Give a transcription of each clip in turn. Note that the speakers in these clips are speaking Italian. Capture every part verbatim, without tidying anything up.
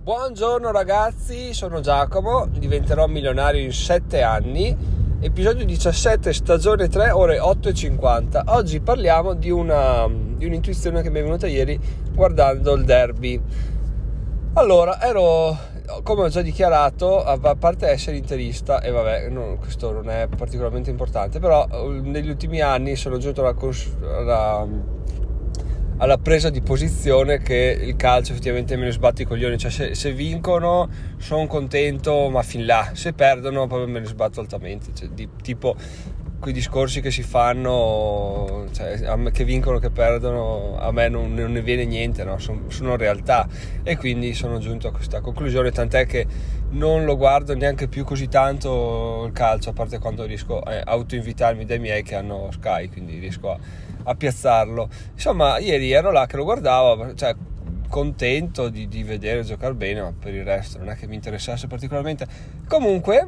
Buongiorno ragazzi, sono Giacomo, diventerò milionario in sette anni, episodio diciassette, stagione tre, ore otto e cinquanta. Oggi parliamo di una di un'intuizione che mi è venuta ieri guardando il derby. Allora, ero, come ho già dichiarato, a parte essere interista, e vabbè, no, questo non è particolarmente importante, però negli ultimi anni sono giunto alla, alla alla presa di posizione che il calcio effettivamente me ne sbatte i coglioni, cioè se, se vincono sono contento ma fin là, se perdono proprio me ne sbatto altamente, cioè, di, tipo quei discorsi che si fanno, cioè, a me, che vincono, che perdono, a me non, non ne viene niente, no? Sono, sono realtà, e quindi sono giunto a questa conclusione, tant'è che non lo guardo neanche più così tanto il calcio, a parte quando riesco a autoinvitarmi dai miei che hanno Sky, quindi riesco a, a piazzarlo. Insomma, ieri ero là che lo guardavo, cioè contento di, di vedere giocare bene, ma per il resto non è che mi interessasse particolarmente. Comunque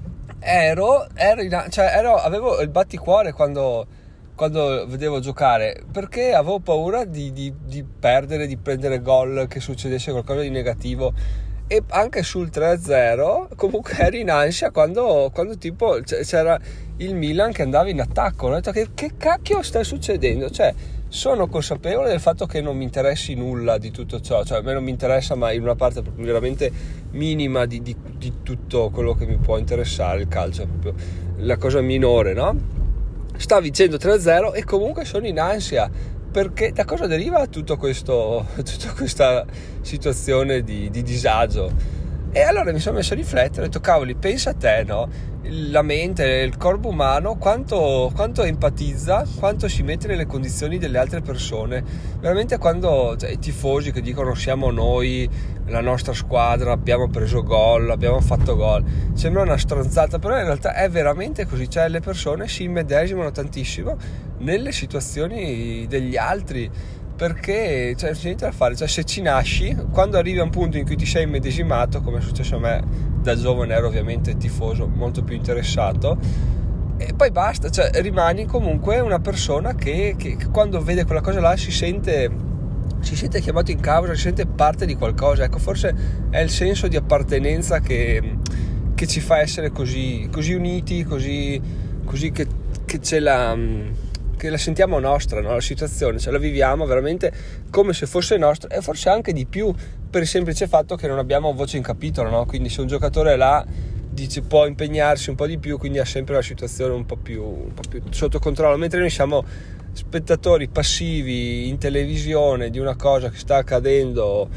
ero, ero, in, cioè, ero avevo il batticuore quando, quando vedevo giocare, perché avevo paura di, di, di perdere, di prendere gol, che succedesse qualcosa di negativo. E anche sul tre a zero comunque eri in ansia quando, quando tipo c'era il Milan che andava in attacco. Ho detto che, che cacchio sta succedendo? Cioè, sono consapevole del fatto che non mi interessi nulla di tutto ciò, cioè a me non mi interessa, ma in una parte proprio veramente minima di, di, di tutto quello che mi può interessare il calcio, è proprio la cosa minore, no? Sta vincendo tre a zero e comunque sono in ansia. Perché da cosa deriva tutto questo, tutta questa situazione di, di disagio? E allora mi sono messo a riflettere, ho detto cavoli, pensa a te, no? La mente, il corpo umano, quanto, quanto empatizza, quanto si mette nelle condizioni delle altre persone. Veramente quando, cioè, i tifosi che dicono siamo noi, la nostra squadra, abbiamo preso gol, abbiamo fatto gol, sembra una stronzata, però in realtà è veramente così, cioè le persone si immedesimano tantissimo nelle situazioni degli altri, perché cioè, c'è niente da fare, cioè se ci nasci, quando arrivi a un punto in cui ti sei immedesimato, come è successo a me da giovane, ero ovviamente tifoso molto più interessato, e poi basta, cioè rimani comunque una persona che, che, che quando vede quella cosa là si sente si sente chiamato in causa, si sente parte di qualcosa. Ecco, forse è il senso di appartenenza che, che ci fa essere così, così uniti, così, così che, che ce la che la sentiamo nostra, no? La situazione, cioè la viviamo veramente come se fosse nostra, e forse anche di più per il semplice fatto che non abbiamo voce in capitolo, no? Quindi se un giocatore là dice può impegnarsi un po' di più, quindi ha sempre la situazione un po' più, un po' più sotto controllo, mentre noi siamo spettatori passivi in televisione di una cosa che sta accadendo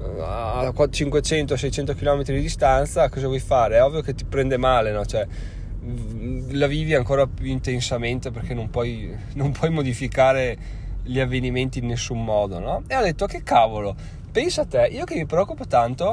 a cinquecento seicento chilometri di distanza. Cosa vuoi fare? È ovvio che ti prende male, no? Cioè la vivi ancora più intensamente perché non puoi, non puoi modificare gli avvenimenti in nessun modo, no? E ho detto che cavolo, pensa a te, io che mi preoccupo tanto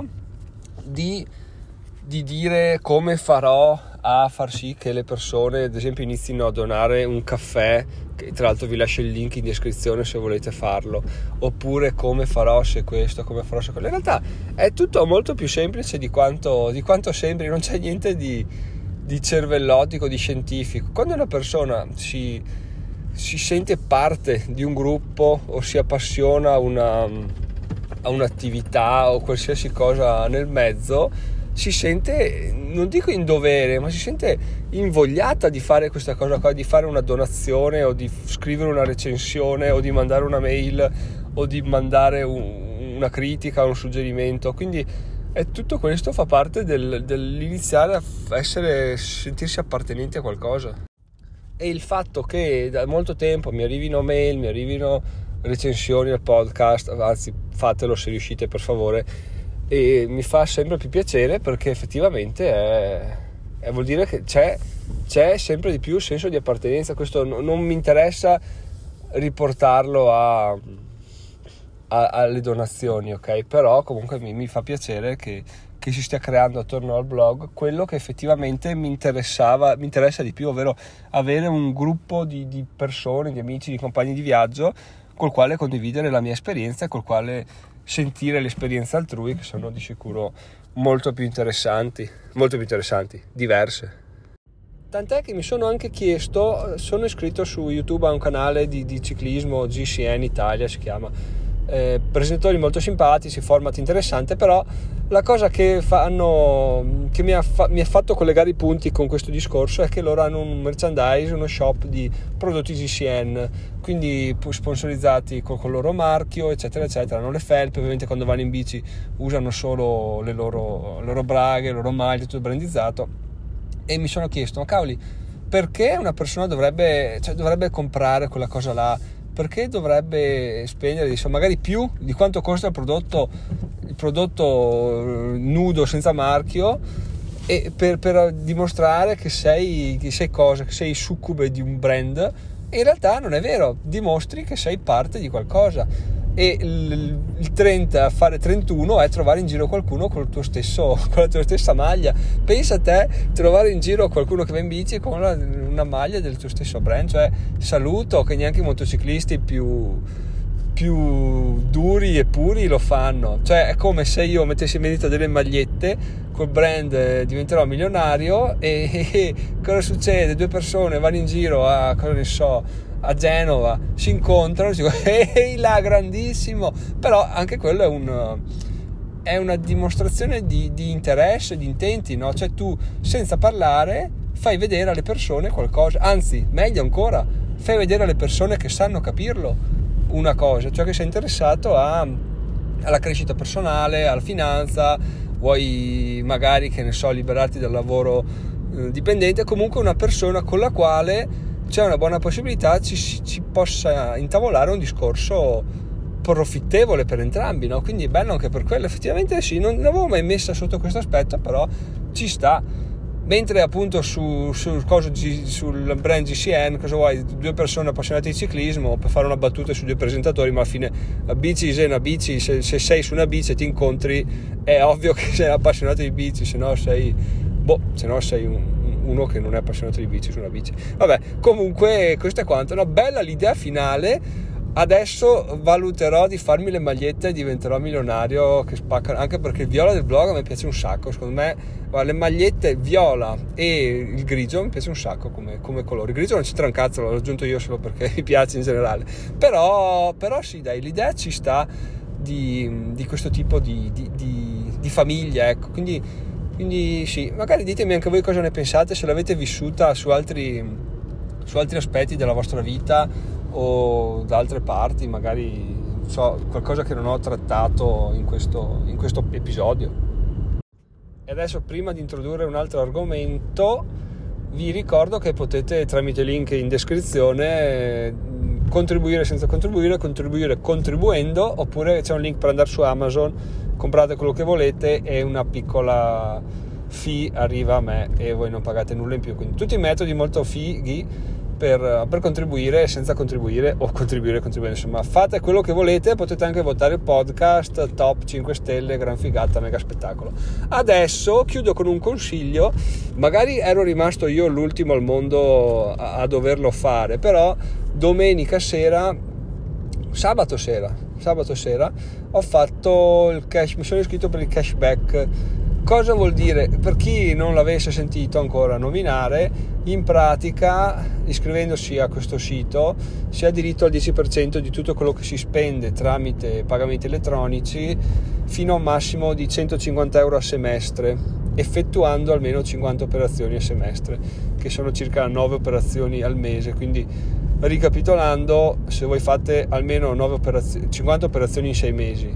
di, di dire come farò a far sì che le persone ad esempio inizino a donare un caffè, che tra l'altro vi lascio il link in descrizione se volete farlo, oppure come farò se questo, come farò se quello. In realtà è tutto molto più semplice di quanto, di quanto sembri, non c'è niente di di cervellotico, di scientifico. Quando una persona si, si sente parte di un gruppo o si appassiona a, una, a un'attività o qualsiasi cosa nel mezzo, si sente, non dico in dovere, ma si sente invogliata di fare questa cosa qua, di fare una donazione o di scrivere una recensione o di mandare una mail o di mandare un, una critica, un suggerimento. Quindi e tutto questo fa parte del, dell'iniziare a essere, sentirsi appartenenti a qualcosa. E il fatto che da molto tempo mi arrivino mail, mi arrivino recensioni al podcast, anzi fatelo se riuscite per favore, e mi fa sempre più piacere, perché effettivamente è, è, vuol dire che c'è, c'è sempre di più senso di appartenenza. Questo non, non mi interessa riportarlo a... alle donazioni, ok? Però comunque mi, mi fa piacere che, che si stia creando attorno al blog quello che effettivamente mi interessava, mi interessa di più, ovvero avere un gruppo di, di persone, di amici, di compagni di viaggio col quale condividere la mia esperienza e col quale sentire le esperienze altrui, che sono di sicuro molto più interessanti, molto più interessanti, diverse. Tant'è che mi sono anche chiesto, sono iscritto su YouTube a un canale di, di ciclismo, G C N Italia si chiama, eh, presentatori molto simpatici, format interessante, però la cosa che fanno che mi ha, fa, mi ha fatto collegare i punti con questo discorso è che loro hanno un merchandise, uno shop di prodotti G C N, quindi sponsorizzati col, col loro marchio, eccetera eccetera. Hanno le felpe, ovviamente quando vanno in bici usano solo le loro, le loro braghe, le loro maglie, tutto brandizzato. E mi sono chiesto, ma cavoli, perché una persona dovrebbe, cioè, dovrebbe comprare quella cosa là? Perché dovrebbe spendere, insomma, magari più di quanto costa il prodotto, il prodotto nudo senza marchio, e per, per dimostrare che sei, che sei cosa, che sei succube di un brand? E in realtà non è vero, dimostri che sei parte di qualcosa. E il, il trenta, fare trentuno è trovare in giro qualcuno con il tuo stesso, con la tua stessa maglia. Pensa a te trovare in giro qualcuno che va in bici con una, una maglia del tuo stesso brand. Cioè, saluto che neanche i motociclisti più più duri e puri lo fanno. Cioè, è come se io mettessi in vendita delle magliette col brand eh, diventerò milionario, e, e cosa succede? Due persone vanno in giro a, cosa ne so, a Genova, si incontrano, si dicono ehi là, grandissimo. Però anche quello è un è una dimostrazione di, di interesse, di intenti, no? Cioè, tu senza parlare fai vedere alle persone qualcosa, anzi meglio ancora, fai vedere alle persone che sanno capirlo una cosa, cioè che sei interessato a, alla crescita personale, alla finanza, vuoi magari, che ne so, liberarti dal lavoro eh, dipendente, comunque una persona con la quale c'è una buona possibilità ci, ci possa intavolare un discorso profittevole per entrambi, no? Quindi è bello anche per quello. Effettivamente sì, non l'avevo mai messa sotto questo aspetto, però ci sta. Mentre appunto su, sul, coso, sul brand G C N, cosa vuoi, due persone appassionate di ciclismo, per fare una battuta su due presentatori, ma alla fine la bici è una bici, se, se sei su una bici e ti incontri è ovvio che sei appassionato di bici, se no sei boh, se no sei un, uno che non è appassionato di bici su una bici. Vabbè, comunque questo è quanto. Una bella l'idea finale. Adesso valuterò di farmi le magliette e diventerò milionario che spaccano, anche perché il viola del blog a me piace un sacco. Secondo me le magliette viola e il grigio mi piace un sacco come, come colore. Il grigio non c'entra un cazzo, l'ho aggiunto io solo perché mi piace in generale, però, però sì dai, l'idea ci sta di, di questo tipo di, di, di, di famiglia, ecco. Quindi, quindi sì, magari ditemi anche voi cosa ne pensate, se l'avete vissuta su altri, su altri aspetti della vostra vita o da altre parti, magari so, qualcosa che non ho trattato in questo, in questo episodio. E adesso, prima di introdurre un altro argomento, vi ricordo che potete, tramite link in descrizione, contribuire senza contribuire, contribuire contribuendo, oppure c'è un link per andare su Amazon, comprate quello che volete e una piccola fee arriva a me e voi non pagate nulla in più. Quindi tutti i metodi molto fighi Per, per contribuire senza contribuire, o contribuire contribuire, insomma fate quello che volete. Potete anche votare il podcast top cinque stelle, gran figata, mega spettacolo. Adesso chiudo con un consiglio, magari ero rimasto io l'ultimo al mondo a, a doverlo fare, però domenica sera sabato sera sabato sera ho fatto il cash, mi sono iscritto per il cashback. Cosa vuol dire? Per chi non l'avesse sentito ancora nominare, in pratica, iscrivendosi a questo sito, si ha diritto al dieci per cento di tutto quello che si spende tramite pagamenti elettronici, fino a un massimo di centocinquanta euro a semestre, effettuando almeno cinquanta operazioni a semestre, che sono circa nove operazioni al mese. Quindi, ricapitolando, se voi fate almeno nove operazioni, cinquanta operazioni in sei mesi,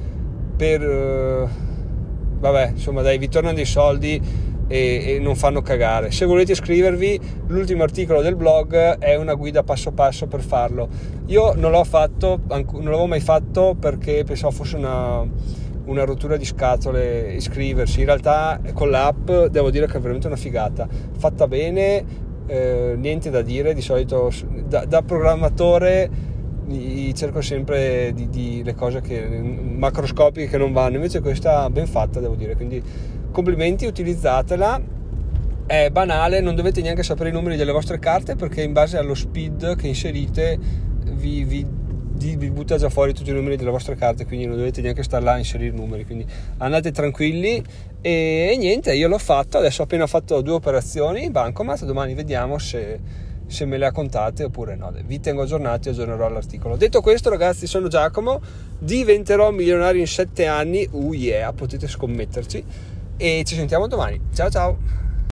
per... vabbè, insomma dai, vi tornano dei soldi e, e non fanno cagare. Se volete iscrivervi, l'ultimo articolo del blog è una guida passo passo per farlo. Io non l'ho fatto, non l'avevo mai fatto perché pensavo fosse una, una rottura di scatole iscriversi. In realtà con l'app devo dire che è veramente una figata, fatta bene, eh, niente da dire. Di solito da, da programmatore cerco sempre di, di le cose che macroscopiche che non vanno, invece questa ben fatta, devo dire, quindi complimenti, utilizzatela. È banale, non dovete neanche sapere i numeri delle vostre carte, perché in base allo speed che inserite vi, vi, vi butta già fuori tutti i numeri delle vostre carte, quindi non dovete neanche stare là a inserire i numeri, quindi andate tranquilli. E, e niente, io l'ho fatto, adesso ho appena fatto due operazioni in bancomat, domani vediamo se se me le ha contate oppure no. Vi tengo aggiornati, aggiornerò l'articolo. Detto questo, ragazzi, sono Giacomo, diventerò milionario in sette anni, uh yeah, potete scommetterci, e ci sentiamo domani. Ciao ciao.